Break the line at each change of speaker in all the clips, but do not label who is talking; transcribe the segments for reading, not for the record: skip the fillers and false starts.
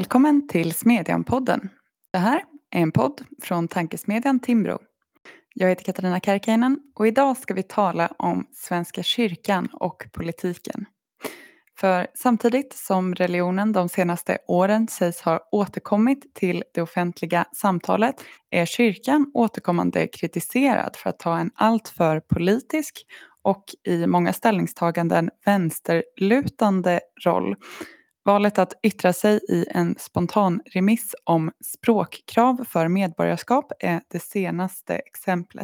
Välkommen till Smedjan-podden. Det här är en podd från Tankesmedjan Timbro. Jag heter Katarina Kärkkäinen och idag ska vi tala om Svenska kyrkan och politiken. För samtidigt som religionen de senaste åren sägs ha återkommit till det offentliga samtalet är kyrkan återkommande kritiserad för att ta en alltför politisk och i många ställningstaganden vänsterlutande roll. Valet att yttra sig i en spontanremiss om språkkrav för medborgarskap är det senaste exemplet.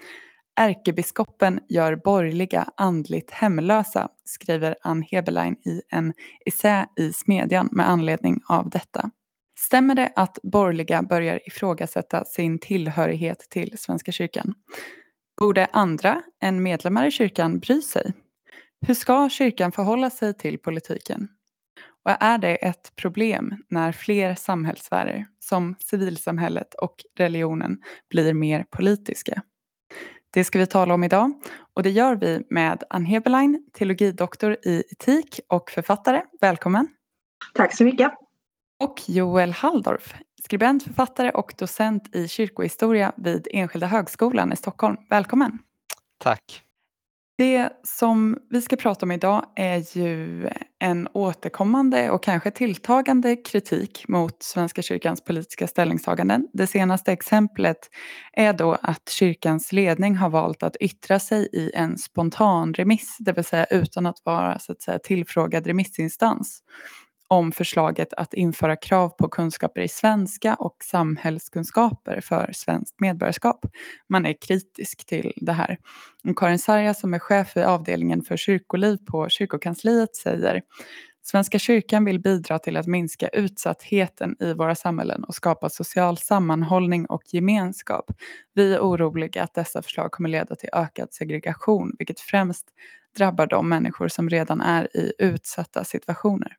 Ärkebiskopen gör borgerliga andligt hemlösa, skriver Ann Heberlein i en essä i Smedjan med anledning av detta. Stämmer det att borgerliga börjar ifrågasätta sin tillhörighet till Svenska kyrkan? Borde andra än medlemmar i kyrkan bry sig? Hur ska kyrkan förhålla sig till politiken? Och är det ett problem när fler samhällssfärer som civilsamhället och religionen blir mer politiska? Det ska vi tala om idag och det gör vi med Ann Heberlein, teologidoktor i etik och författare. Välkommen!
Tack så mycket!
Och Joel Halldorf, skribent, författare och docent i kyrkohistoria vid Enskilda högskolan i Stockholm. Välkommen!
Tack!
Det som vi ska prata om idag är ju en återkommande och kanske tilltagande kritik mot Svenska kyrkans politiska ställningstaganden. Det senaste exemplet är då att kyrkans ledning har valt att yttra sig i en spontanremiss, det vill säga utan att vara så att säga tillfrågad remissinstans, om förslaget att införa krav på kunskaper i svenska och samhällskunskaper för svenskt medborgarskap. Man är kritisk till det här. Och Karin Sarja som är chef i avdelningen för kyrkoliv på kyrkokansliet säger: Svenska kyrkan vill bidra till att minska utsattheten i våra samhällen och skapa social sammanhållning och gemenskap. Vi är oroliga att dessa förslag kommer leda till ökad segregation, vilket främst drabbar de människor som redan är i utsatta situationer.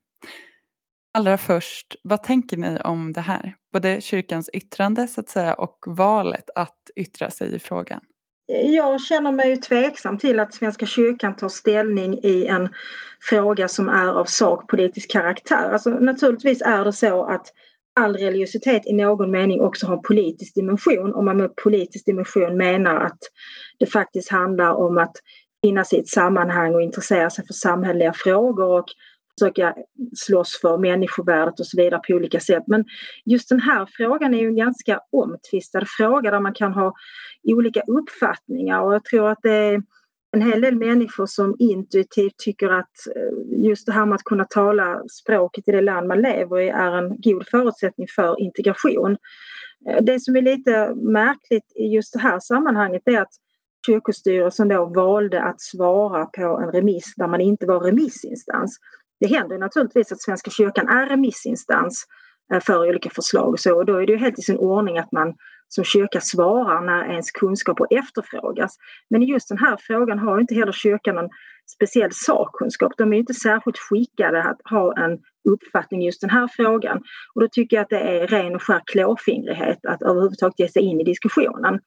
Allra först, vad tänker ni om det här? Både kyrkans yttrande så att säga och valet att yttra sig i frågan.
Jag känner mig tveksam till att Svenska kyrkan tar ställning i en fråga som är av sakpolitisk karaktär. Alltså, naturligtvis är det så att all religiositet i någon mening också har en politisk dimension. Om man med politisk dimension menar att det faktiskt handlar om att finnas i ett sammanhang och intressera sig för samhälleliga frågor och försöka slåss för människovärdet och så vidare på olika sätt. Men just den här frågan är ju en ganska omtvistad fråga där man kan ha olika uppfattningar och jag tror att det är en hel del människor som intuitivt tycker att just det här med att kunna tala språket i det land man lever i är en god förutsättning för integration. Det som är lite märkligt i just det här sammanhanget är att kyrkostyrelsen då valde att svara på en remiss där man inte var remissinstans. Det händer naturligtvis att Svenska kyrkan är remissinstans för olika förslag och så. Och då är det ju helt i sin ordning att man som kyrka svarar när ens kunskaper efterfrågas. Men i just den här frågan har inte heller kyrkan någon speciell sakkunskap. De är inte särskilt skickade att ha en uppfattning i just den här frågan. Och då tycker jag att det är ren och skär klåfingrighet att överhuvudtaget ge sig in i diskussionen.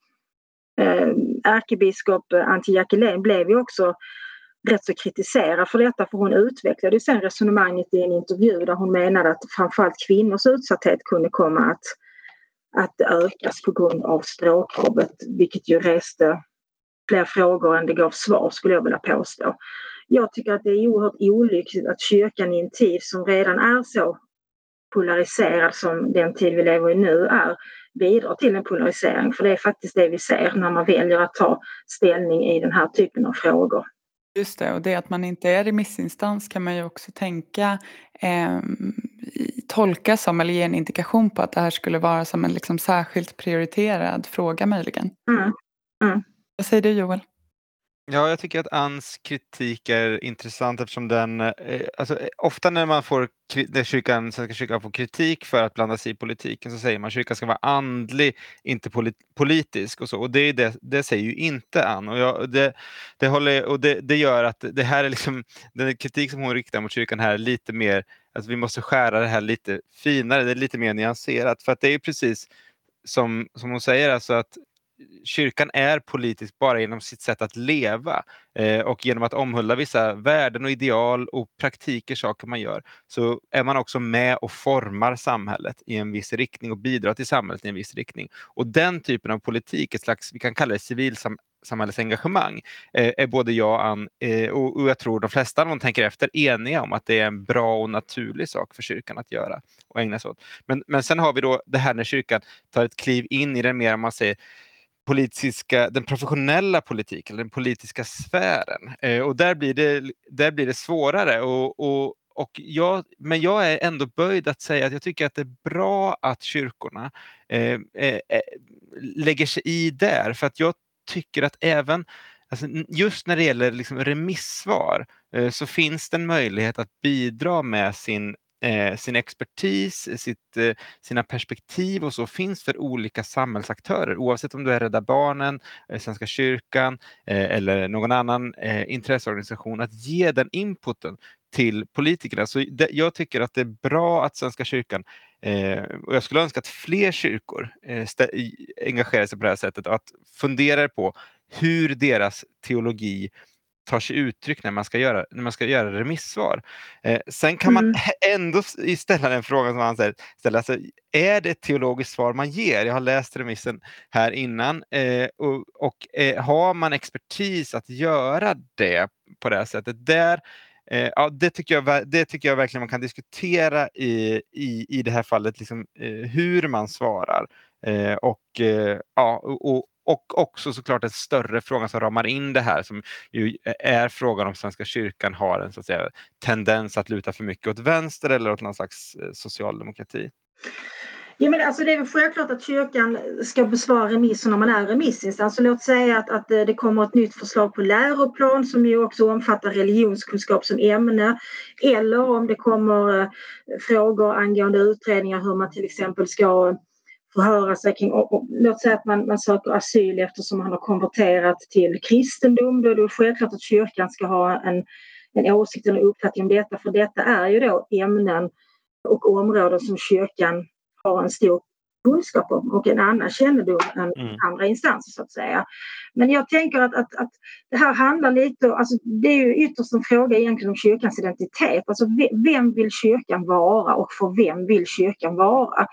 Ärkebiskop Antje Jackelin blev ju också rätt så kritiserad för detta för hon utvecklade sen resonemanget i en intervju där hon menade att framförallt kvinnors utsatthet kunde komma att ökas på grund av språkkravet, vilket ju reste fler frågor än det gav svar skulle jag vilja påstå. Jag tycker att det är oerhört olyckligt att kyrkan i en tid som redan är så polariserad som den tid vi lever i nu är bidrar till en polarisering, för det är faktiskt det vi ser när man väljer att ta ställning i den här typen av frågor.
Just det, och det att man inte är remissinstans kan man ju också tänka tolka som eller ge en indikation på att det här skulle vara som en liksom särskilt prioriterad fråga möjligen. Vad säger du Joel?
Ja, jag tycker att Anns kritik är intressant eftersom den, ofta när man får Svenska kyrkan får kritik för att blanda sig i politiken så säger man att kyrkan ska vara andlig, inte politisk och så. Och det säger ju inte Ann. Och det gör att det här är liksom, den kritik som hon riktar mot kyrkan här är lite mer, att vi måste skära det här lite finare, det är lite mer nyanserat. För att det är ju precis som hon säger, alltså att kyrkan är politisk bara genom sitt sätt att leva och genom att omhulda vissa värden och ideal och praktiker, saker man gör, så är man också med och formar samhället i en viss riktning och bidrar till samhället i en viss riktning. Och den typen av politik, ett slags, vi kan kalla det civilsamhällesengagemang, är både jag och Ann och jag tror de flesta, om de tänker efter, eniga om att det är en bra och naturlig sak för kyrkan att göra och ägna sig åt. Men sen har vi då det här när kyrkan tar ett kliv in i den mer, man säger, den professionella politiken, den politiska sfären. Och där blir det svårare. Men jag är ändå böjd att säga att jag tycker att det är bra att kyrkorna lägger sig i där. För att jag tycker att även, alltså, just när det gäller liksom remissvar så finns det en möjlighet att bidra med sin expertis, sina perspektiv och så finns för olika samhällsaktörer, oavsett om du är Rädda Barnen, Svenska kyrkan eller någon annan intresseorganisation, att ge den inputen till politikerna. Så jag tycker att det är bra att Svenska kyrkan, och jag skulle önska att fler kyrkor engagerar sig på det här sättet och att fundera på hur deras teologi tar sig uttryck när man ska göra remissvar. Sen kan man ändå ställa den frågan som han ställer. Alltså, är det ett teologiskt svar man ger? Jag har läst remissen här innan. Har man expertis att göra det på det här sättet? Ja, det tycker jag verkligen man kan diskutera i det här fallet, liksom, hur man svarar. Och också såklart en större fråga som ramar in det här, som ju är frågan om Svenska kyrkan har en, så att säga, tendens att luta för mycket åt vänster eller åt någon slags socialdemokrati.
Ja, men alltså det är väl självklart att kyrkan ska besvara remisser när man är remissinstans. Så låt säga att det kommer ett nytt förslag på läroplan som ju också omfattar religionskunskap som ämne. Eller om det kommer frågor angående utredningar hur man till exempel ska förhöra sig kring, låt säga att man söker asyl eftersom man har konverterat till kristendom. Då är det självklart att kyrkan ska ha en åsikt eller uppfattning om detta. För detta är ju då ämnen och områden som kyrkan har en stor kunskap om och en annan kännedom än andra instanser, så att säga. Men jag tänker att det här handlar lite, alltså det är ju ytterst en fråga egentligen om kyrkans identitet. Alltså vem vill kyrkan vara och för vem vill kyrkan vara?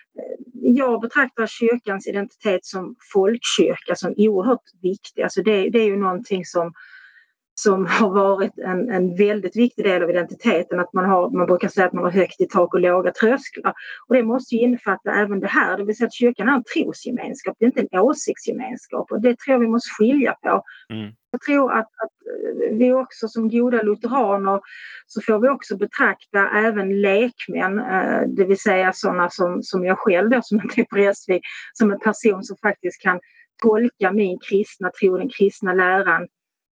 Jag betraktar kyrkans identitet som folkkyrka som oerhört viktig. Alltså det är ju någonting som har varit en väldigt viktig del av identiteten, att man brukar säga att man har högt i tak och låga trösklar. Och det måste ju innefatta även det här, det vill säga att kyrkan är en trosgemenskap, det är inte en åsiktsgemenskap, och det tror jag vi måste skilja på. Jag tror att vi också som goda lutheraner så får vi också betrakta även lekmän, det vill säga sådana som jag själv då, som inte är prästvigd, som en person som faktiskt kan tolka min kristna tro, den kristna läran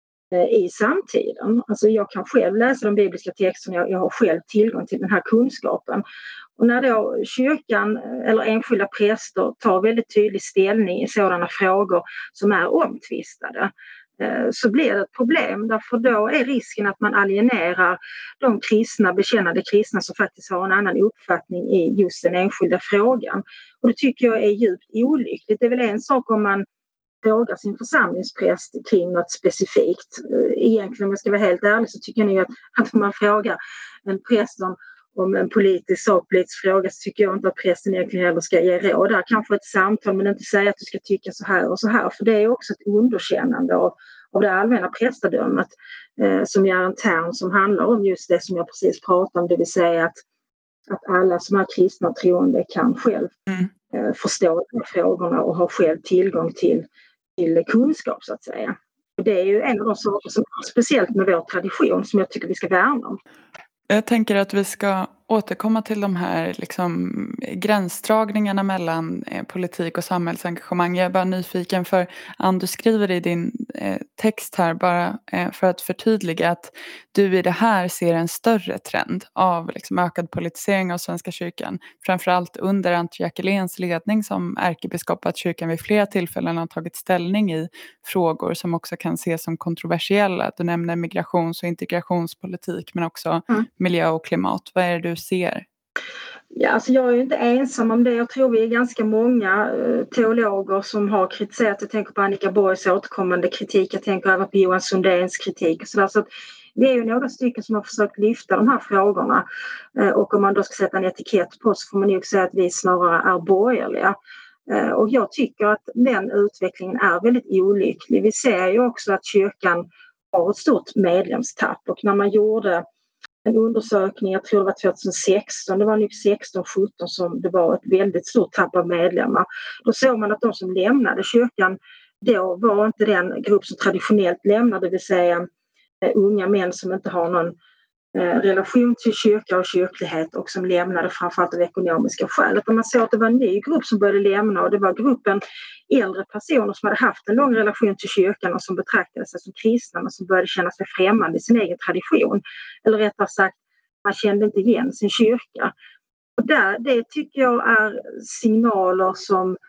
i samtiden. Alltså jag kan själv läsa de bibliska texterna, jag har själv tillgång till den här kunskapen. Och när då kyrkan eller enskilda präster tar väldigt tydlig ställning i sådana frågor som är omtvistade, så blir det ett problem, därför då är risken att man alienerar de kristna, bekännande kristna som faktiskt har en annan uppfattning i just den enskilda frågan. Och det tycker jag är djupt olyckligt. Det är väl en sak om man frågar sin församlingspräst kring något specifikt. Egentligen, om jag ska vara helt ärlig, så tycker jag att om man frågar en präst om en sakpolitisk fråga, så tycker jag inte att prästen egentligen heller ska ge råd. Där kanske ett samtal, men inte säga att du ska tycka så här och så här. För det är också ett underkännande av det allmänna prästadömet som är en term som handlar om just det som jag precis pratade om, det vill säga att alla som är kristna och troende kan själv förstå de frågorna och ha själv tillgång till kunskap, så att säga. Och det är ju en av de saker som speciellt med vår tradition som jag tycker vi ska värna om.
Jag tänker att vi ska återkomma till de här liksom gränsdragningarna mellan politik och samhällsengagemang. Jag är bara nyfiken, för Ann, du skriver i din text här, bara för att förtydliga, att du i det här ser en större trend av liksom ökad politisering av Svenska kyrkan. Framförallt under Antje Jackeléns ledning som ärkebiskop, att kyrkan vid flera tillfällen har tagit ställning i frågor som också kan ses som kontroversiella. Du nämner migrations- och integrationspolitik, men också miljö och klimat. Vad är det du ser?
Ja, alltså jag är ju inte ensam om det. Jag tror vi är ganska många teologer som har kritiserat. Jag tänker på Annika Borgs återkommande kritik. Jag tänker även på Johan Sundéns kritik. Och så där. Så att vi är ju några stycken som har försökt lyfta de här frågorna. Och om man då ska sätta en etikett på så får man ju säga att vi snarare är borgerliga. Och jag tycker att den utvecklingen är väldigt olycklig. Vi ser ju också att kyrkan har ett stort medlemstapp. Och när man gjorde en undersökning, jag tror det var 2016, det var nog 16-17 som det var ett väldigt stort tapp av medlemmar. Då såg man att de som lämnade kyrkan då var inte den grupp som traditionellt lämnade, det vill säga unga män som inte har någon relation till kyrka och kyrklighet och som lämnade framförallt av ekonomiska skäl. Utan man såg att det var en ny grupp som började lämna och det var gruppen äldre personer som hade haft en lång relation till kyrkan och som betraktade sig som kristna men som började känna sig främmande i sin egen tradition. Eller rättare sagt, man kände inte igen sin kyrka. Och det tycker jag är signaler som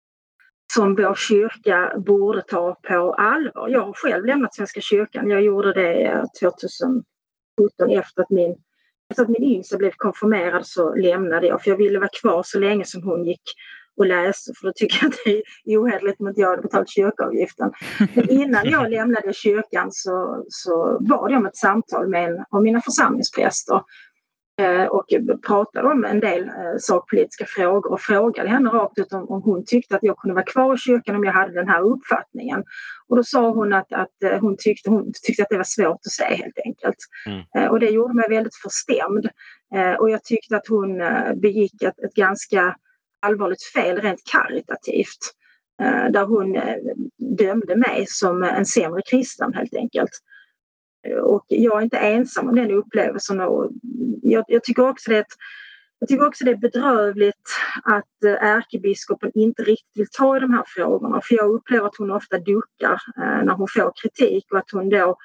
vår kyrka borde ta på allvar. Jag har själv lämnat Svenska kyrkan. Jag gjorde det 2017 efter att min yngsta blev konfirmerad så lämnade jag. För jag ville vara kvar så länge som hon gick och läste. För då tycker jag att det är ohederligt om inte jag hade betalt kyrkoavgiften. Men innan jag lämnade kyrkan så bad jag om ett samtal med en av mina församlingspräster. Och pratade om en del sakpolitiska frågor och frågade henne rakt ut om hon tyckte att jag kunde vara kvar i kyrkan om jag hade den här uppfattningen. Och då sa hon att hon tyckte att det var svårt att säga helt enkelt. Och det gjorde mig väldigt förstämd. Och jag tyckte att hon begick ett ganska allvarligt fel rent karitativt. Där hon dömde mig som en sämre kristen helt enkelt. Och jag är inte ensam om den upplevelsen. Och jag tycker också det är bedrövligt att ärkebiskopen inte riktigt vill ta i de här frågorna. För jag upplever att hon ofta duckar när hon får kritik och att hon då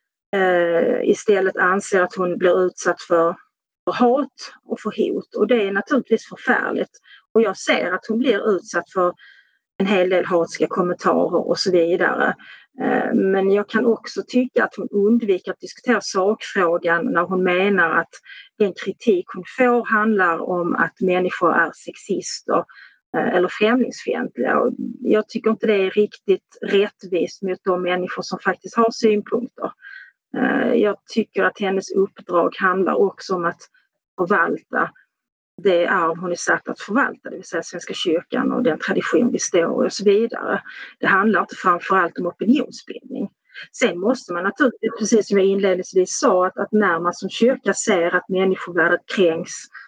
istället anser att hon blir utsatt för hat och för hot. Och det är naturligtvis förfärligt. Och jag ser att hon blir utsatt för en hel del hatska kommentarer och så vidare. Men jag kan också tycka att hon undviker att diskutera sakfrågan när hon menar att den kritik hon får handlar om att människor är sexister eller främlingsfientliga. Och jag tycker inte det är riktigt rättvist mot de människor som faktiskt har synpunkter. Jag tycker att hennes uppdrag handlar också om att förvalta det arv hon är satt att förvalta, det vill säga Svenska kyrkan och den tradition vi står och så vidare. Det handlar inte framförallt om opinionsbildning. Sen måste man naturligtvis, precis som jag inledningsvis sa, att när man som kyrka ser att människovärdet kränks,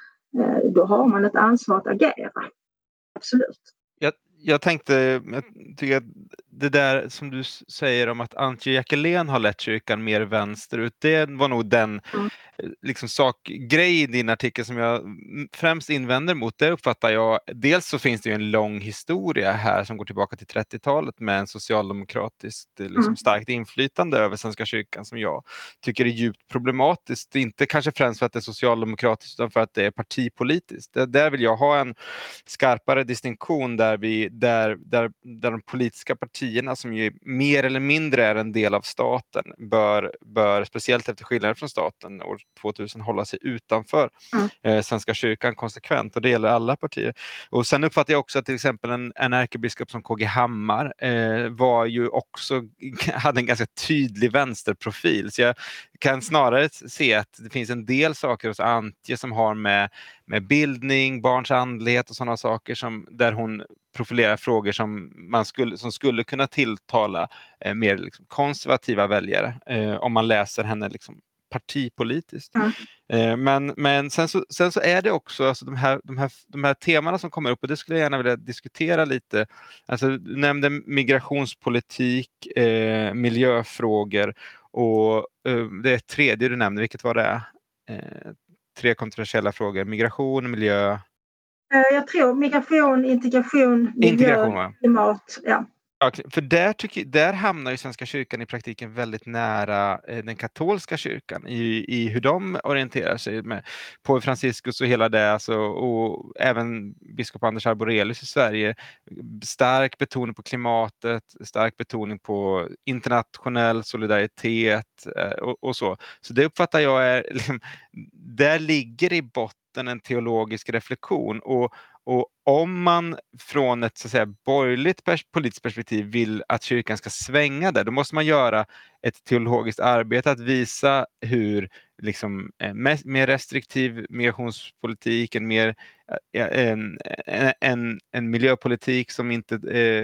då har man ett ansvar att agera. Absolut.
Jag tycker att det där som du säger om att Antje Jackelén har lett kyrkan mer vänsterut, det var nog den liksom sakgrej i din artikel som jag främst invänder mot. Det uppfattar jag, dels så finns det ju en lång historia här som går tillbaka till 30-talet med en socialdemokratiskt liksom starkt inflytande över Svenska kyrkan som jag tycker är djupt problematiskt. Inte kanske främst för att det är socialdemokratiskt utan för att det är partipolitiskt. Där vill jag ha en skarpare distinktion där de politiska partierna som ju mer eller mindre är en del av staten bör speciellt efter skillnaden från staten år 2000 hålla sig utanför Svenska kyrkan konsekvent, och det gäller alla partier. Och sen uppfattar jag också att till exempel en ärkebiskop som KG Hammar var ju också hade en ganska tydlig vänsterprofil, så jag kan snarare se att det finns en del saker hos Antje som har med bildning, barns andlighet och sådana saker där hon profilerar frågor som skulle kunna tilltala mer liksom konservativa väljare om man läser henne liksom partipolitiskt. Men sen så är det också alltså de här temana som kommer upp, och det skulle jag gärna vilja diskutera lite. Alltså, du nämnde migrationspolitik, miljöfrågor och det tredje du nämnde, vilket var det? 3 kontroversiella frågor: migration, miljö.
Jag tror migration, integration, miljö, klimat. Ja.
Ja, för där hamnar ju Svenska kyrkan i praktiken väldigt nära den katolska kyrkan i hur de orienterar sig på Franciscus och hela det, alltså, och även biskop Anders Arborelius i Sverige. Stark betoning på klimatet, stark betoning på internationell solidaritet och så. Så det uppfattar jag är liksom, där ligger i botten botten en teologisk reflektion. Och om man från ett så att säga, borgerligt politiskt perspektiv vill att kyrkan ska svänga där, då måste man göra ett teologiskt arbete att visa hur liksom, mer restriktiv migrationspolitik, en miljöpolitik som inte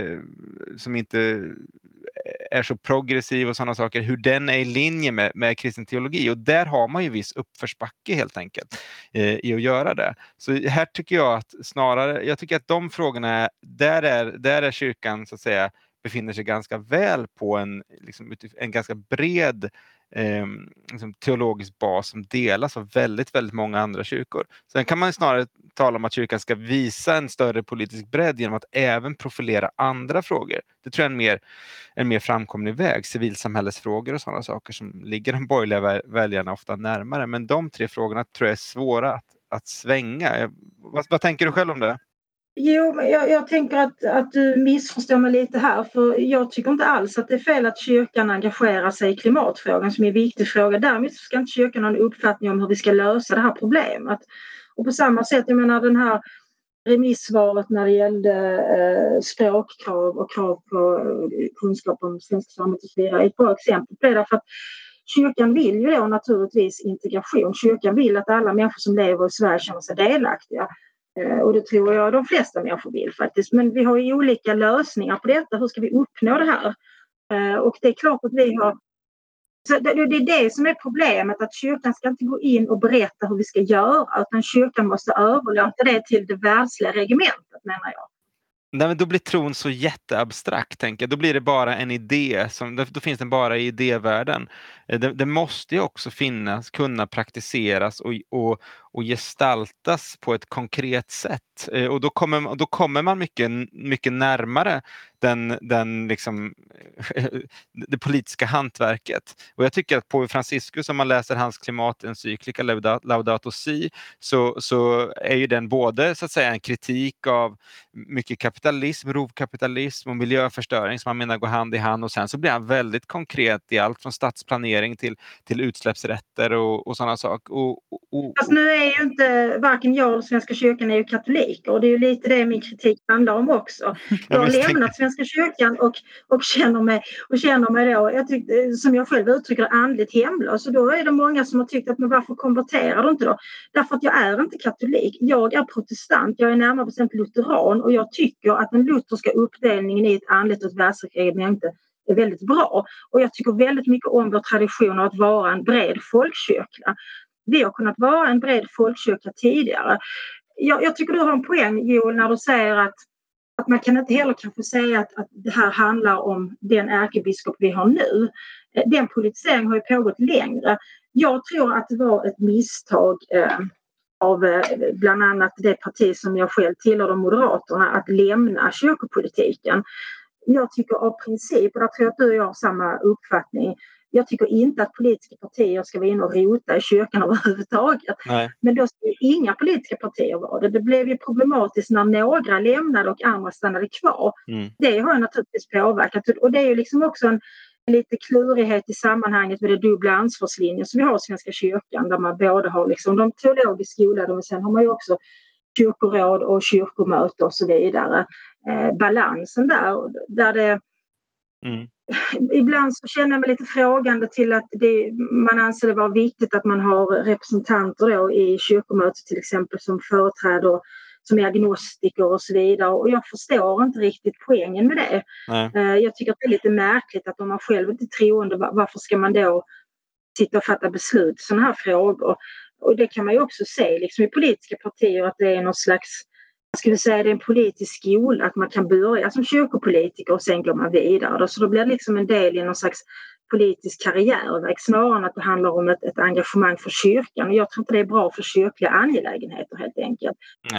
är så progressiv och sådana saker, hur den är i linje med kristen teologi. Och där har man ju viss uppförsbacke helt enkelt i att göra det. Så här tycker jag att jag tycker att de frågorna, där är kyrkan så att säga befinner sig ganska väl på en ganska bred liksom, teologisk bas som delas av väldigt, väldigt många andra kyrkor. Sen kan man snarare tala om att kyrkan ska visa en större politisk bredd genom att även profilera andra frågor. Det tror jag är en mer framkomlig väg. Civilsamhällesfrågor och sådana saker som ligger de borgerliga väljarna ofta närmare. Men de 3 frågorna tror jag är svåra att svänga. Vad tänker du själv om det?
Jo, men jag tänker att du missförstår mig lite här, för jag tycker inte alls att det är fel att kyrkan engagerar sig i klimatfrågan som är en viktig fråga. Därmed ska inte kyrkan ha en uppfattning om hur vi ska lösa det här problemet. Och på samma sätt, jag menar den här remissvaret när det gällde språkkrav och krav på kunskap om svenska samhället och så vidare är ett bra exempel på det, därför att kyrkan vill ju då naturligtvis integration. Kyrkan vill att alla människor som lever i Sverige känner sig delaktiga. Och det tror jag de flesta människor vill faktiskt. Men vi har ju olika lösningar på detta. Hur ska vi uppnå det här? Och det är klart att vi har... Så det är det som är problemet, att kyrkan ska inte gå in och berätta hur vi ska göra, utan kyrkan måste överlåta det till det världsliga regementet, menar jag.
Nej, men då blir tron så jätteabstrakt, tänker jag. Då blir det bara en idé. Då finns den bara i idévärlden. Det måste ju också kunna praktiseras och gestaltas på ett konkret sätt. Och då kommer man mycket närmare den liksom, det politiska hantverket. Och jag tycker att Påve Franciscus, om man läser hans klimatencyklika Laudato Si, så är ju den både så att säga en kritik av mycket kapitalism, rovkapitalism och miljöförstöring som man menar går hand i hand, och sen så blir han väldigt konkret i allt från stadsplanering till utsläppsrätter och sådana saker.
Fast nu är ju inte varken jag eller Svenska kyrkan är ju katoliker, och det är ju lite det min kritik handlar om också. Jag har lämnat Svenska kyrkan och känner mig då, jag tyckte, som jag själv uttrycker, andligt hemlös. Och då är det många som har tyckt att men varför konverterar du inte då? Därför att jag är inte katolik, jag är protestant, jag är närmare bestämt lutheran, och jag tycker att den lutherska uppdelningen i ett andligt och ett världsligt regemente är väldigt bra. Och jag tycker väldigt mycket om vår tradition av att vara en bred folkkyrka. Vi har kunnat vara en bred folkkyrka tidigare. Jag tycker du har en poäng, Joel, när du säger att man kan inte heller kanske säga att det här handlar om den ärkebiskop vi har nu. Den politiseringen har ju pågått längre. Jag tror att det var ett misstag av bland annat det parti som jag själv tillhör, Moderaterna, att lämna kyrkopolitiken. Jag tycker av princip, och jag tror att du och jag har samma uppfattning, jag tycker inte att politiska partier ska vara in och rota i kyrkan överhuvudtaget.
Nej.
Men då ska inga politiska partier vara det. Det blev ju problematiskt när några lämnade och andra stannade kvar.
Mm.
Det har naturligtvis påverkat. Och det är ju liksom också en lite klurighet i sammanhanget med det dubbla ansvarslinjen som vi har i Svenska kyrkan, där man både har liksom de teologiskt skolade, men sen har man ju också kyrkoråd och kyrkomöte och så vidare. Balansen där det...
Mm.
Ibland så känner jag mig lite frågande till att man anser det vara viktigt att man har representanter då i kyrkomötet till exempel som företräder, som är agnostiker och så vidare, och jag förstår inte riktigt poängen med det. Jag tycker att det är lite märkligt att om man själv inte är troende, varför ska man då sitta och fatta beslut i sådana här frågor? Och det kan man ju också se liksom i politiska partier, att det är någon slags, skulle säga, det är en politisk skola, att man kan börja som kyrkopolitiker och sen går man vidare. Så då blir det liksom en del i någon slags politisk karriärväg snarare än att det handlar om ett engagemang för kyrkan. Och jag tror inte det är bra för kyrkliga angelägenheter helt enkelt.
Nej.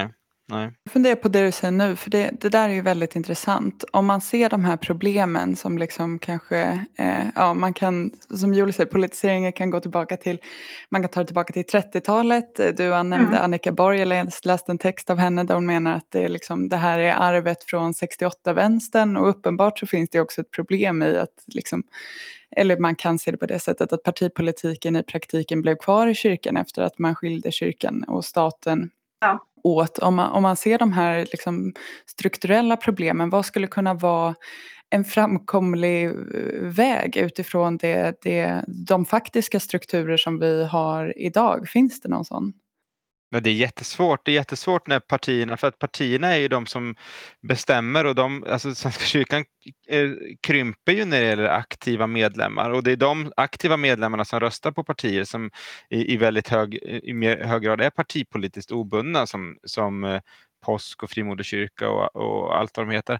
Nej.
Jag funderar på det du säger nu, för det där är ju väldigt intressant. Om man ser de här problemen som liksom kanske, ja man kan, som Julie säger, politiseringen kan gå tillbaka till, man kan ta det tillbaka till 30-talet. Du nämnde Annika Borg, eller läste en text av henne där hon menar att det, är liksom, det här är arvet från 68-vänstern, och uppenbart så finns det också ett problem i att liksom, eller man kan se det på det sättet att partipolitiken i praktiken blev kvar i kyrkan efter att man skilde kyrkan och staten
Ja.
åt. Om man ser de här liksom strukturella problemen, vad skulle kunna vara en framkomlig väg utifrån de faktiska strukturer som vi har idag? Finns det någon sån?
Ja, det är jättesvårt. Det är jättesvårt när partierna, för att partierna är ju de som bestämmer, och alltså Svenska kyrkan krymper ju när det gäller aktiva medlemmar, och det är de aktiva medlemmarna som röstar på partier som i väldigt hög grad är partipolitiskt obundna, som Påsk och Frimoderkyrka och allt vad de heter.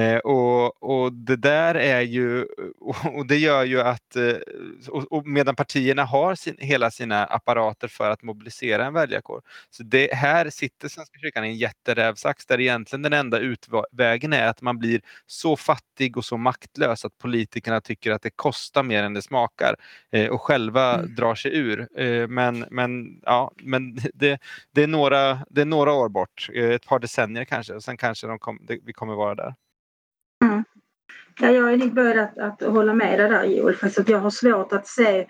Och det där är ju, och det gör ju att, och medan partierna har hela sina apparater för att mobilisera en väljarkår. Så här sitter Svenska kyrkan i en jätterävsax där egentligen den enda utvägen är att man blir så fattig och så maktlös att politikerna tycker att det kostar mer än det smakar, och själva drar sig ur. Men det är några år bort, ett par decennier kanske, och sen kanske vi kommer vara där.
Mm. Ja, jag är nog börjat att hålla med dig där, Joel, för att jag har svårt att se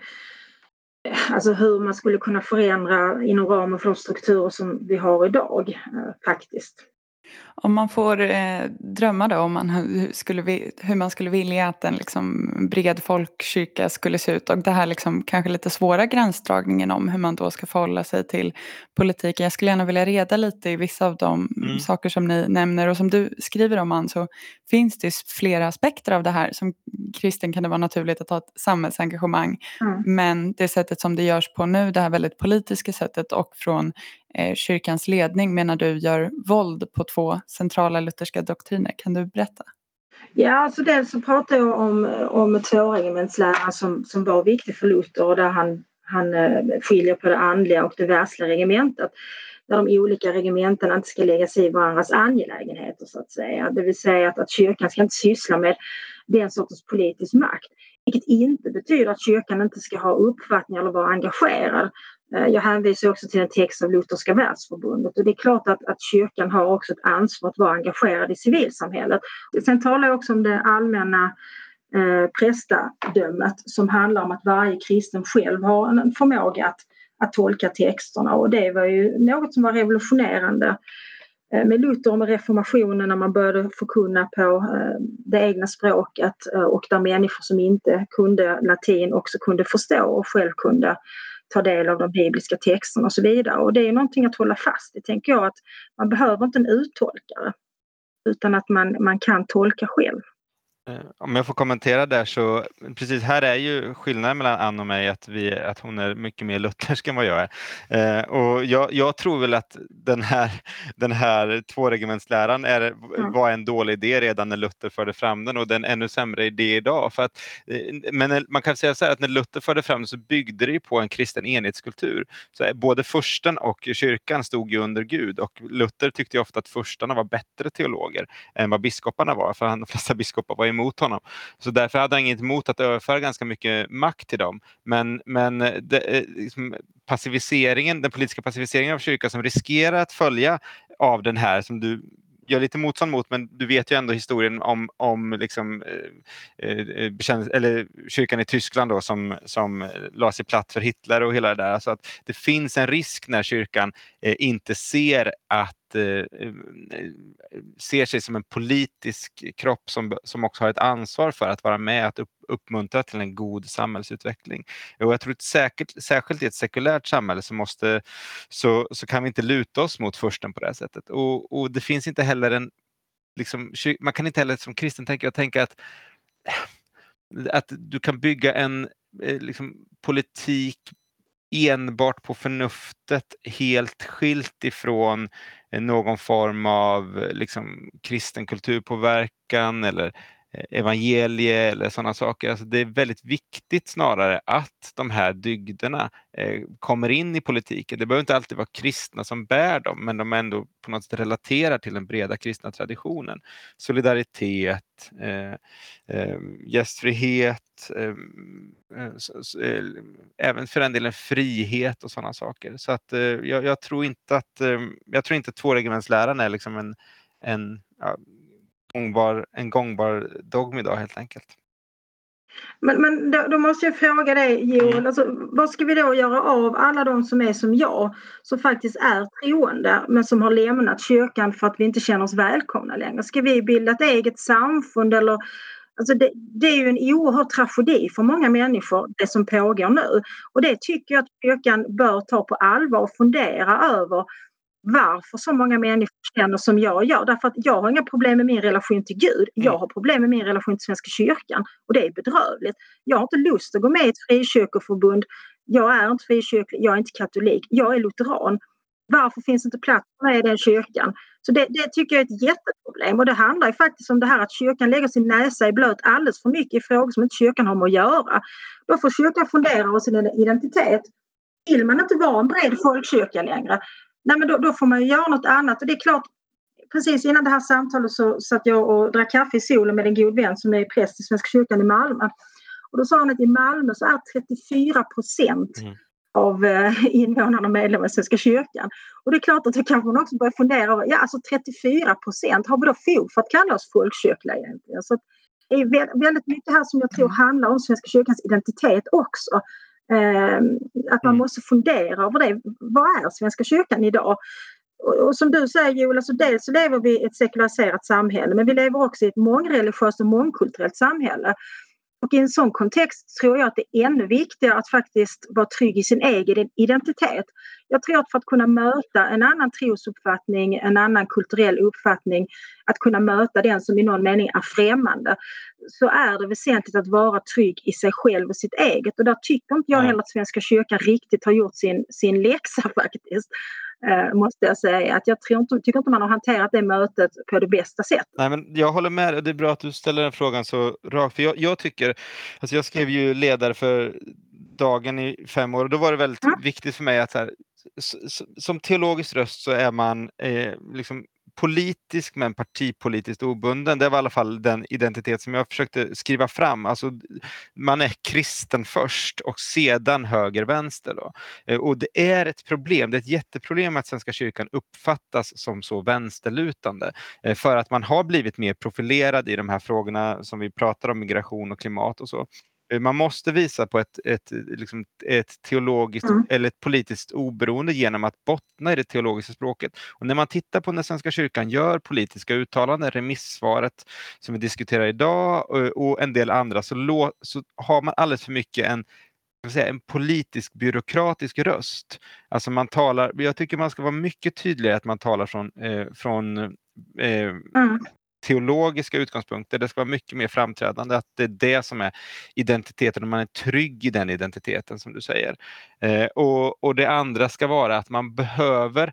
alltså hur man skulle kunna förändra inom ramen för de strukturer som vi har idag, faktiskt.
Om man får drömma då, om man hur man skulle vilja att en liksom bred folkkyrka skulle se ut, och det här liksom kanske lite svåra gränsdragningen om hur man då ska förhålla sig till politiken. Jag skulle gärna vilja reda lite i vissa av de saker som ni nämner, och som du skriver om, Ann, så finns det flera aspekter av det här. Som kristen kan det vara naturligt att ha ett samhällsengagemang, men det sättet som det görs på nu, det här väldigt politiska sättet, och från kyrkans ledning menar du gör våld på två centrala lutherska doktriner. Kan du berätta?
Ja, alltså dels så pratar jag om tvåregementsläran som var viktig för Luther, och där han skiljer på det andliga och det världsliga regementet. Där de olika regementena inte ska lägga sig i varandras angelägenheter, så att säga. Det vill säga att kyrkan ska inte syssla med den sortens politisk makt. Vilket inte betyder att kyrkan inte ska ha uppfattning eller vara engagerad. Jag hänvisar också till en text av Lutherska världsförbundet, och det är klart att kyrkan har också ett ansvar att vara engagerad i civilsamhället. Sen talar jag också om det allmänna prästadömet, som handlar om att varje kristen själv har en förmåga att tolka texterna, och det var ju något som var revolutionerande med Luther och med reformationen, när man började förkunna på det egna språket, och där människor som inte kunde latin också kunde förstå och själv kunde ta del av de bibliska texterna och så vidare. Och det är någonting att hålla fast i, tänker jag, att man behöver inte en uttolkare, utan att man kan tolka själv.
Om jag får kommentera där, så precis här är ju skillnaden mellan Ann och mig att hon är mycket mer luthersk än vad jag är. Och jag tror väl att den här tvåregementsläran var en dålig idé redan när Luther förde fram den, och den är ännu sämre idé idag. Men man kan säga så här, att när Luther förde fram den så byggde det ju på en kristen enhetskultur. Så både fursten och kyrkan stod ju under Gud, och Luther tyckte ju ofta att furstarna var bättre teologer än vad biskoparna var, för de flesta biskopar var emot honom. Så därför hade han inget emot att överföra ganska mycket makt till dem. Men liksom den politiska passiviseringen av kyrkan som riskerar att följa av den här, som du gör lite motstånd mot, men du vet ju ändå historien om liksom, eller kyrkan i Tyskland då, som la sig platt för Hitler och hela det där. Alltså att det finns en risk när kyrkan inte ser sig som en politisk kropp som också har ett ansvar för att vara med att uppmuntra till en god samhällsutveckling. Och jag tror att särskilt i ett sekulärt samhälle så kan vi inte luta oss mot fursten på det här sättet. Och det finns inte heller man kan inte heller som kristen tänka att du kan bygga en politik enbart på förnuftet, helt skilt ifrån någon form av kristen kulturpåverkan eller evangelie eller sådana saker. Alltså det är väldigt viktigt snarare att de här dygderna kommer in i politiken. Det behöver inte alltid vara kristna som bär dem, men de ändå på något sätt relaterar till den breda kristna traditionen. Solidaritet, gästfrihet, även för en del frihet och sådana saker. Så att jag tror inte att tvåregementsläran är liksom en gångbar dogm idag helt enkelt.
Men då måste jag fråga dig, Joel, alltså, vad ska vi då göra av alla de som är som jag, som faktiskt är troende men som har lämnat kyrkan för att vi inte känner oss välkomna längre? Ska vi bilda ett eget samfund eller? Alltså det är ju en oerhörd tragedi för många människor, det som pågår nu. Och det tycker jag att kyrkan bör ta på allvar och fundera över varför så många människor känner som jag gör. Därför att jag har inga problem med min relation till Gud. Jag har problem med min relation till Svenska kyrkan. Och det är bedrövligt. Jag har inte lust att gå med i ett frikyrkoförbund. Jag är inte frikyrklig, jag är inte katolik. Jag är lutheran. Varför finns inte plats med den kyrkan? Så det tycker jag är ett jätteproblem. Och det handlar ju faktiskt om det här att kyrkan lägger sin näsa i blöt alldeles för mycket i frågor som inte kyrkan har med att göra. Då får kyrkan fundera över sin identitet. Vill man inte vara en bred folkkyrka längre? Nej, men då får man ju göra något annat. Och det är klart, precis innan det här samtalet så satt jag och drack kaffe i solen med en god vän som är präst i Svenska kyrkan i Malmö. Och då sa han att i Malmö så är 34% av invånarna medlemmar i Svenska kyrkan. Och det är klart att då kanske man också börjar fundera över, 34%, har vi då fog för att kalla oss folkkyrkliga egentligen? Så det är väldigt mycket här som jag tror handlar om Svenska kyrkans identitet också. Att man måste fundera över det. Vad är Svenska kyrkan idag? Och som du säger, Joel, alltså dels så lever vi i ett sekulariserat samhälle, men vi lever också i ett mångreligiöst och mångkulturellt samhälle. Och i en sån kontext tror jag att det är ännu viktigare att faktiskt vara trygg i sin egen identitet. Jag tror att för att kunna möta en annan trosuppfattning, en annan kulturell uppfattning, att kunna möta den som i någon mening är främmande, så är det väsentligt att vara trygg i sig själv och sitt eget. Och där tycker inte jag heller att Svenska kyrkan riktigt har gjort sin läxa faktiskt. Måste jag säga. Att jag tycker inte man har hanterat det mötet på det bästa sättet.
Nej, men jag håller med, och det är bra att du ställer den frågan så rakt. För jag tycker, alltså jag skrev ju ledare för Dagen i 5 år och då var det väldigt viktigt för mig att så här, som teologisk röst så är man liksom politisk men partipolitiskt obunden. Det var i alla fall den identitet som jag försökte skriva fram. Alltså, man är kristen först och sedan höger-vänster. Då. Och det är ett problem, det är ett jätteproblem att Svenska kyrkan uppfattas som så vänsterlutande. För att man har blivit mer profilerad i de här frågorna som vi pratar om, migration och klimat och så. Man måste visa på ett teologiskt eller ett politiskt oberoende genom att bottna i det teologiska språket. Och när man tittar på när Svenska kyrkan gör politiska uttalanden, remissvaret som vi diskuterar idag och en del andra, så har man alldeles för mycket en politisk byråkratisk röst. Alltså jag tycker man ska vara mycket tydligare att man talar från teologiska utgångspunkter. Det ska vara mycket mer framträdande att det är det som är identiteten och man är trygg i den identiteten som du säger. Och det andra ska vara att man behöver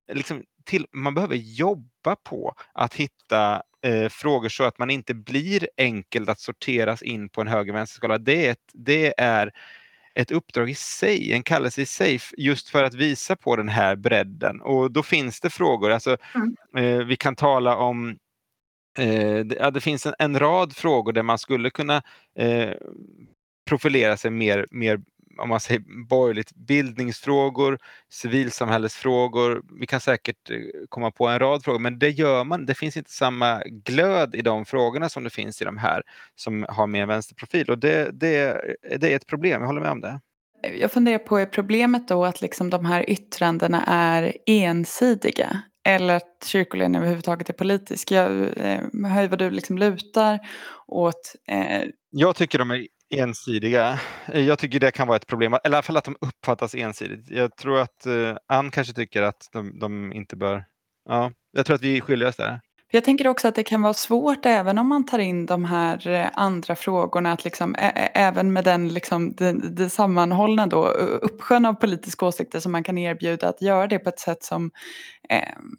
jobba på att hitta frågor så att man inte blir enkelt att sorteras in på en höger-vänsterskala. Det är ett uppdrag i sig, en kallelse i sig, just för att visa på den här bredden. Och då finns det frågor, alltså vi kan tala om det finns en rad frågor där man skulle kunna profilera sig mer om man säger borgerligt, bildningsfrågor, civilsamhällesfrågor. Vi kan säkert komma på en rad frågor, men det gör man. Det finns inte samma glöd i de frågorna som det finns i de här som har mer vänsterprofil. Och det är ett problem, jag håller med om det.
Jag funderar på, är problemet då att liksom de här yttrandena är ensidiga? Eller att kyrkoledningen överhuvudtaget är politisk? Jag hör ju vad du liksom lutar åt.
Jag tycker de är ensidiga. Jag tycker det kan vara ett problem. Eller i alla fall att de uppfattas ensidigt. Jag tror att Ann kanske tycker att de inte bör. Ja, jag tror att vi skiljer oss där.
Jag tänker också att det kan vara svårt även om man tar in de här andra frågorna, att liksom, även med den liksom, det sammanhållna då, uppsjön av politiska åsikter som man kan erbjuda, att göra det på ett sätt som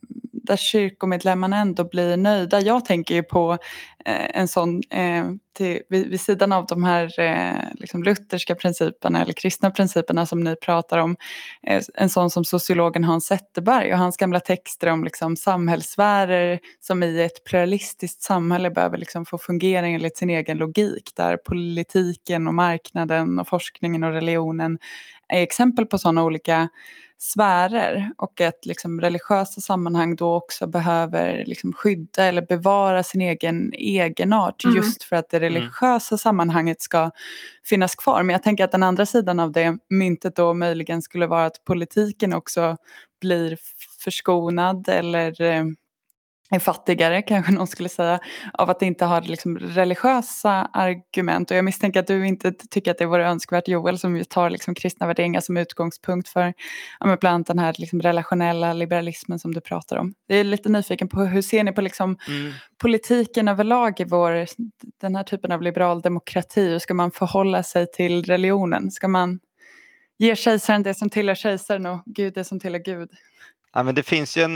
där kyrkomedlemmarna ändå blir nöjda. Jag tänker ju på en sån, vid sidan av de här liksom lutherska principerna eller kristna principerna som ni pratar om, en sån som sociologen Hans Zetterberg och hans gamla texter om liksom samhällssfärer som i ett pluralistiskt samhälle behöver liksom få fungera enligt sin egen logik, där politiken och marknaden och forskningen och religionen är exempel på sådana olika sfärer, och att liksom religiösa sammanhang då också behöver liksom skydda eller bevara sin egen egenart just för att det religiösa sammanhanget ska finnas kvar. Men jag tänker att den andra sidan av det myntet då möjligen skulle vara att politiken också blir förskonad eller är fattigare, kanske någon skulle säga, av att inte ha liksom religiösa argument. Och jag misstänker att du inte tycker att det vore önskvärt, Joel, som ju tar liksom kristna värderingar som utgångspunkt för bland annat den här liksom relationella liberalismen som du pratar om. Jag är lite nyfiken på hur ser ni på liksom politiken överlag i den här typen av liberal demokrati? Hur ska man förhålla sig till religionen? Ska man ge kejsaren det som tillhör kejsaren och Gud det som tillhör Gud?
Ja, men det finns ju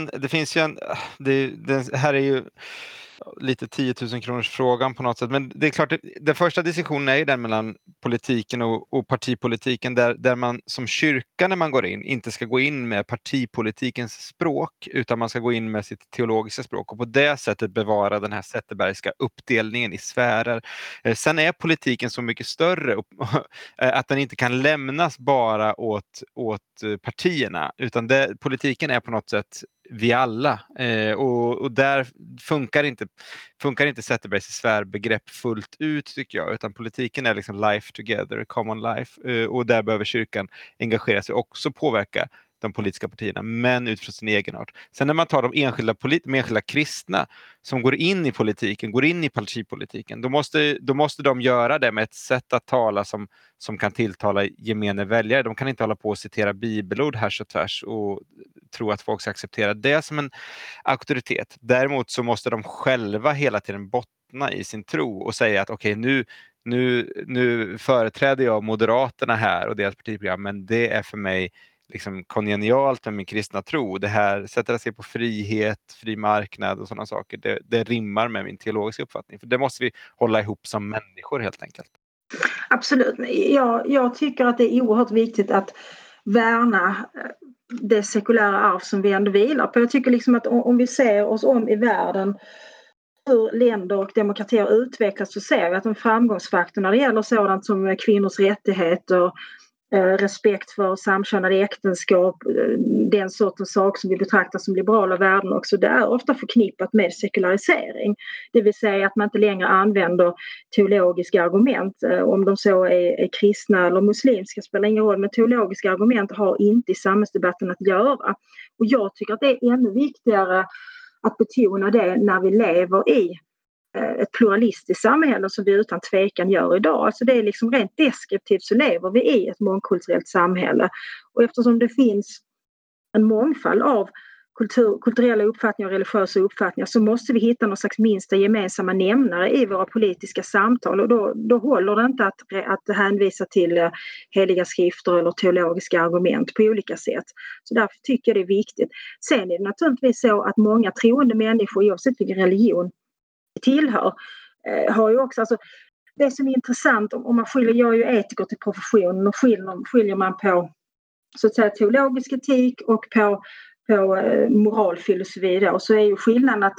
det här är ju lite 10 000 kronors frågan på något sätt, men det är klart, den första diskussionen är ju den mellan politiken och partipolitiken, där man som kyrka när man går in inte ska gå in med partipolitikens språk, utan man ska gå in med sitt teologiska språk och på det sättet bevara den här Zetterbergska uppdelningen i sfärer. Sen är politiken så mycket större att den inte kan lämnas bara åt partierna, utan politiken är på något sätt vi alla, och där funkar inte Zetterbergs sfärbegrepp fullt ut, tycker jag, utan politiken är liksom life together, common life, och där behöver kyrkan engagera sig och också påverka de politiska partierna, men utifrån sin egen art. Sen när man tar de enskilda kristna som går in i politiken, går in i partipolitiken, då måste de göra det med ett sätt att tala som kan tilltala gemene väljare. De kan inte hålla på och citera bibelord här så tvärs och tro att folk ska acceptera det som en auktoritet. Däremot så måste de själva hela tiden bottna i sin tro och säga att okej, nu företräder jag Moderaterna här och deras partiprogram, men det är för mig liksom kongenialt med min kristna tro. Det här sätter sig på frihet, fri marknad och sådana saker. Det rimmar med min teologiska uppfattning. För det måste vi hålla ihop som människor helt enkelt.
Absolut. Jag tycker att det är oerhört viktigt att värna det sekulära arv som vi ändå vilar på. Jag tycker liksom att om vi ser oss om i världen, hur länder och demokratier utvecklas, så ser vi att en framgångsfaktor när det gäller sådant som kvinnors rättigheter, respekt för samkönade äktenskap, den sortens sak som vi betraktar som liberala värden också, det är ofta förknippat med sekularisering. Det vill säga att man inte längre använder teologiska argument, om de så är kristna eller muslimska spelar ingen roll, men teologiska argument har inte i samhällsdebatten att göra. Och jag tycker att det är ännu viktigare att betona det när vi lever i ett pluralistiskt samhälle som vi utan tvekan gör idag. Alltså det är liksom rent deskriptivt så lever vi i ett mångkulturellt samhälle. Och eftersom det finns en mångfald av kulturella uppfattningar och religiösa uppfattningar, så måste vi hitta någon slags minsta gemensamma nämnare i våra politiska samtal, och då håller det inte att hänvisa till heliga skrifter eller teologiska argument på olika sätt. Så därför tycker jag det är viktigt. Sen är det naturligtvis så att många troende människor, oavsett vilken religion tillhör, har ju också, alltså, det som är intressant om man skiljer, jag är ju etiker till professionen, och skiljer man på så att säga teologisk etik och på moralfilosofi då, så är ju skillnaden att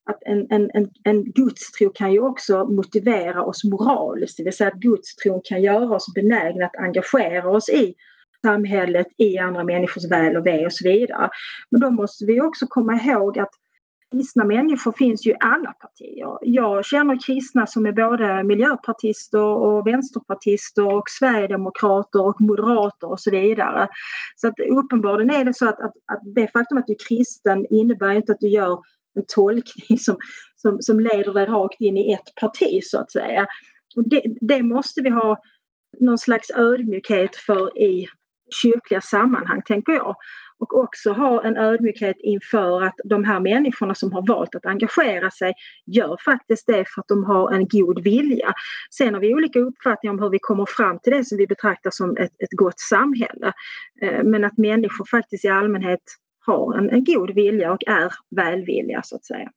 en gudstro kan ju också motivera oss moraliskt, det vill säga att gudstron kan göra oss benägna att engagera oss i samhället, i andra människors väl och ve och så vidare. Men då måste vi också komma ihåg att kristna människor finns ju i alla partier. Jag känner kristna som är både miljöpartister och vänsterpartister och sverigedemokrater och moderater och så vidare. Så att uppenbarligen är det så att det faktum att du är kristen innebär inte att du gör en tolkning som leder dig rakt in i ett parti, så att säga. Och det måste vi ha någon slags ödmjukhet för i kyrkliga sammanhang, tänker jag. Och också ha en ödmjukhet inför att de här människorna som har valt att engagera sig gör faktiskt det för att de har en god vilja. Sen har vi olika uppfattningar om hur vi kommer fram till det som vi betraktar som ett gott samhälle. Men att människor faktiskt i allmänhet har en god vilja och är välvilliga så att säga.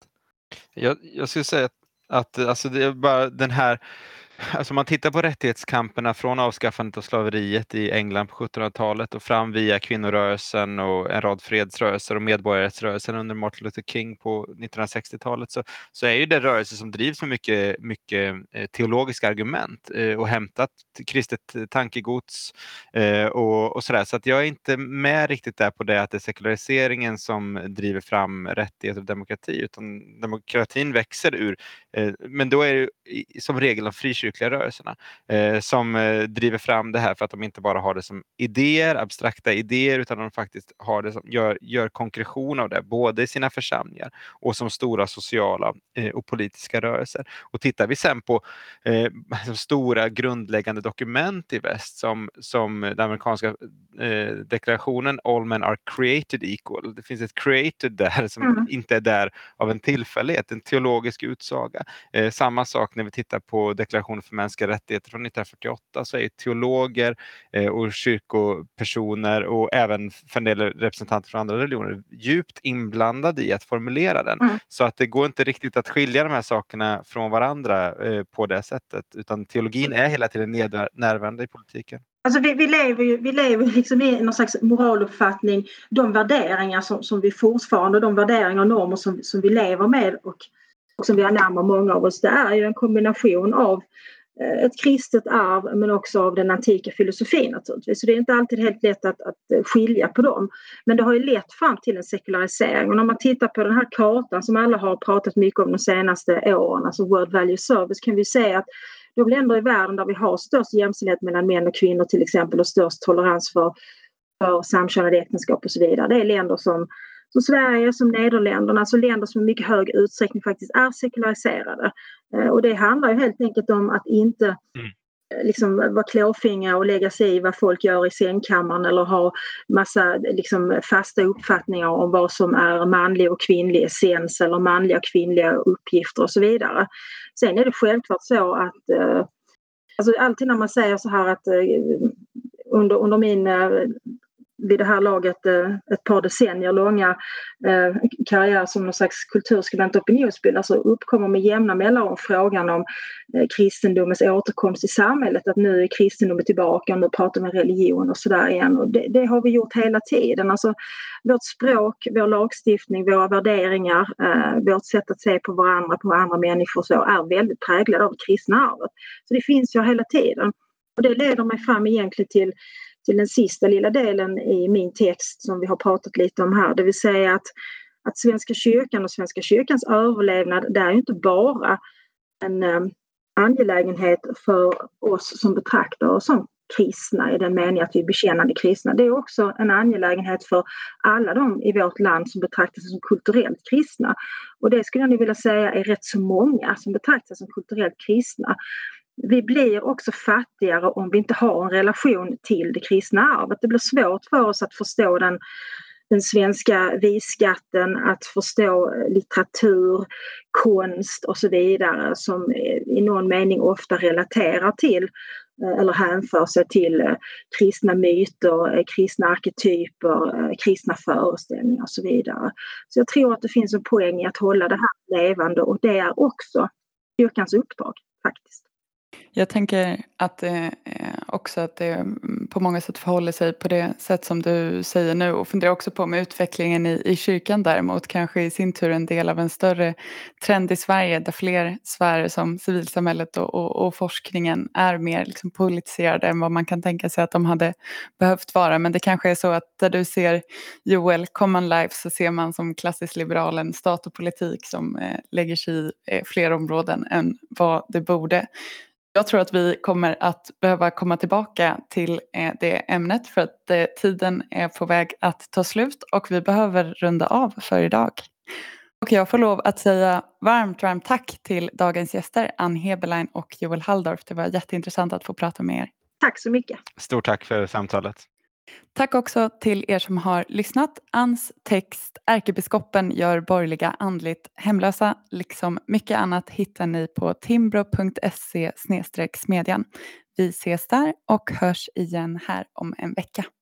Jag skulle säga att alltså det är bara den här, alltså om man tittar på rättighetskamperna från avskaffandet av slaveriet i England på 1700-talet och fram via kvinnorörelsen och en rad fredsrörelser och medborgarrättsrörelsen under Martin Luther King på 1960-talet, så är ju det rörelser som drivs med mycket teologiska argument och hämtat kristet tankegods och sådär. Så att jag är inte med riktigt där på det att det är sekulariseringen som driver fram rättighet och demokrati, utan demokratin växer ur, men då är det som regel de frikyrkliga rörelserna som driver fram det här för att de inte bara har det som idéer, abstrakta idéer, utan de faktiskt har det som gör konkretion av det, både i sina församlingar och som stora sociala och politiska rörelser. Och tittar vi sen på stora grundläggande dokument i väst som den amerikanska deklarationen All men are created equal. Det finns ett created där som inte är där av en tillfällighet, en teologisk utsaga. Samma sak när vi tittar på deklarationen för mänskliga rättigheter från 1948, så är teologer och kyrkopersoner och även för en del representanter från andra religioner djupt inblandade i att formulera den. Så att det går inte riktigt att skilja de här sakerna från varandra på det sättet, utan teologin är hela tiden närvarande i politiken.
Alltså vi lever liksom i någon slags moraluppfattning, de värderingar som vi fortfarande, de värderingar och normer som vi lever med och som vi anamar många av oss, det är ju en kombination av ett kristet arv men också av den antika filosofin naturligtvis. Så det är inte alltid helt lätt att skilja på dem. Men det har ju lett fram till en sekularisering. Och när man tittar på den här kartan som alla har pratat mycket om de senaste åren, alltså World Value Service, kan vi se att de länder i världen där vi har störst jämställdhet mellan män och kvinnor till exempel och störst tolerans för samkönade äktenskap och så vidare, det är länder som Sverige, som Nederländerna, alltså länder som i mycket hög utsträckning faktiskt är sekulariserade. Och det handlar ju helt enkelt om att inte liksom vara klåfingrar och lägga sig i vad folk gör i sängkammaren eller ha massa liksom fasta uppfattningar om vad som är manlig och kvinnlig essens eller manliga och kvinnliga uppgifter och så vidare. Sen är det självklart så att alltså alltid när man säger så här att under min vid det här laget ett par decennier långa karriär som någon slags kulturskribent och opinionsbildare, så uppkommer med jämna mellanrum frågan om kristendomens återkomst i samhället, att nu är kristendomen tillbaka och nu pratar vi religion och sådär igen, och det har vi gjort hela tiden. Alltså vårt språk, vår lagstiftning, våra värderingar, vårt sätt att se på varandra, på andra människor så är väldigt präglade av det kristna arvet. Så det finns ju hela tiden. Och det leder mig fram egentligen till den sista lilla delen i min text som vi har pratat lite om här. Det vill säga att Svenska kyrkan och Svenska kyrkans överlevnad, det är ju inte bara en angelägenhet för oss som betraktar oss som kristna i den meningen att vi är bekännande kristna. Det är också en angelägenhet för alla de i vårt land som betraktar sig som kulturellt kristna. Och det skulle jag vilja säga är rätt så många som betraktar sig som kulturellt kristna. Vi blir också fattigare om vi inte har en relation till det kristna arvet. Det blir svårt för oss att förstå den svenska visskatten, att förstå litteratur, konst och så vidare som i någon mening ofta relaterar till eller hänför sig till kristna myter, kristna arketyper, kristna föreställningar och så vidare. Så jag tror att det finns en poäng i att hålla det här levande, och det är också kyrkans uppdrag faktiskt.
Jag tänker att också att det på många sätt förhåller sig på det sätt som du säger nu, och funderar också på med utvecklingen i kyrkan däremot kanske i sin tur en del av en större trend i Sverige där fler sfärer som civilsamhället och forskningen är mer liksom politiserade än vad man kan tänka sig att de hade behövt vara. Men det kanske är så att där du ser Joel Common Life så ser man som klassisk liberalen stat och politik som lägger sig i fler områden än vad det borde. Jag tror att vi kommer att behöva komma tillbaka till det ämnet för att tiden är på väg att ta slut och vi behöver runda av för idag. Och jag får lov att säga varmt tack till dagens gäster Ann Heberlein och Joel Halldorf. Det var jätteintressant att få prata med er.
Tack så mycket.
Stort tack för samtalet.
Tack också till er som har lyssnat. Anns text Ärkebiskopen gör borgerliga andligt hemlösa liksom mycket annat hittar ni på timbro.se/smedjan. Vi ses där och hörs igen här om en vecka.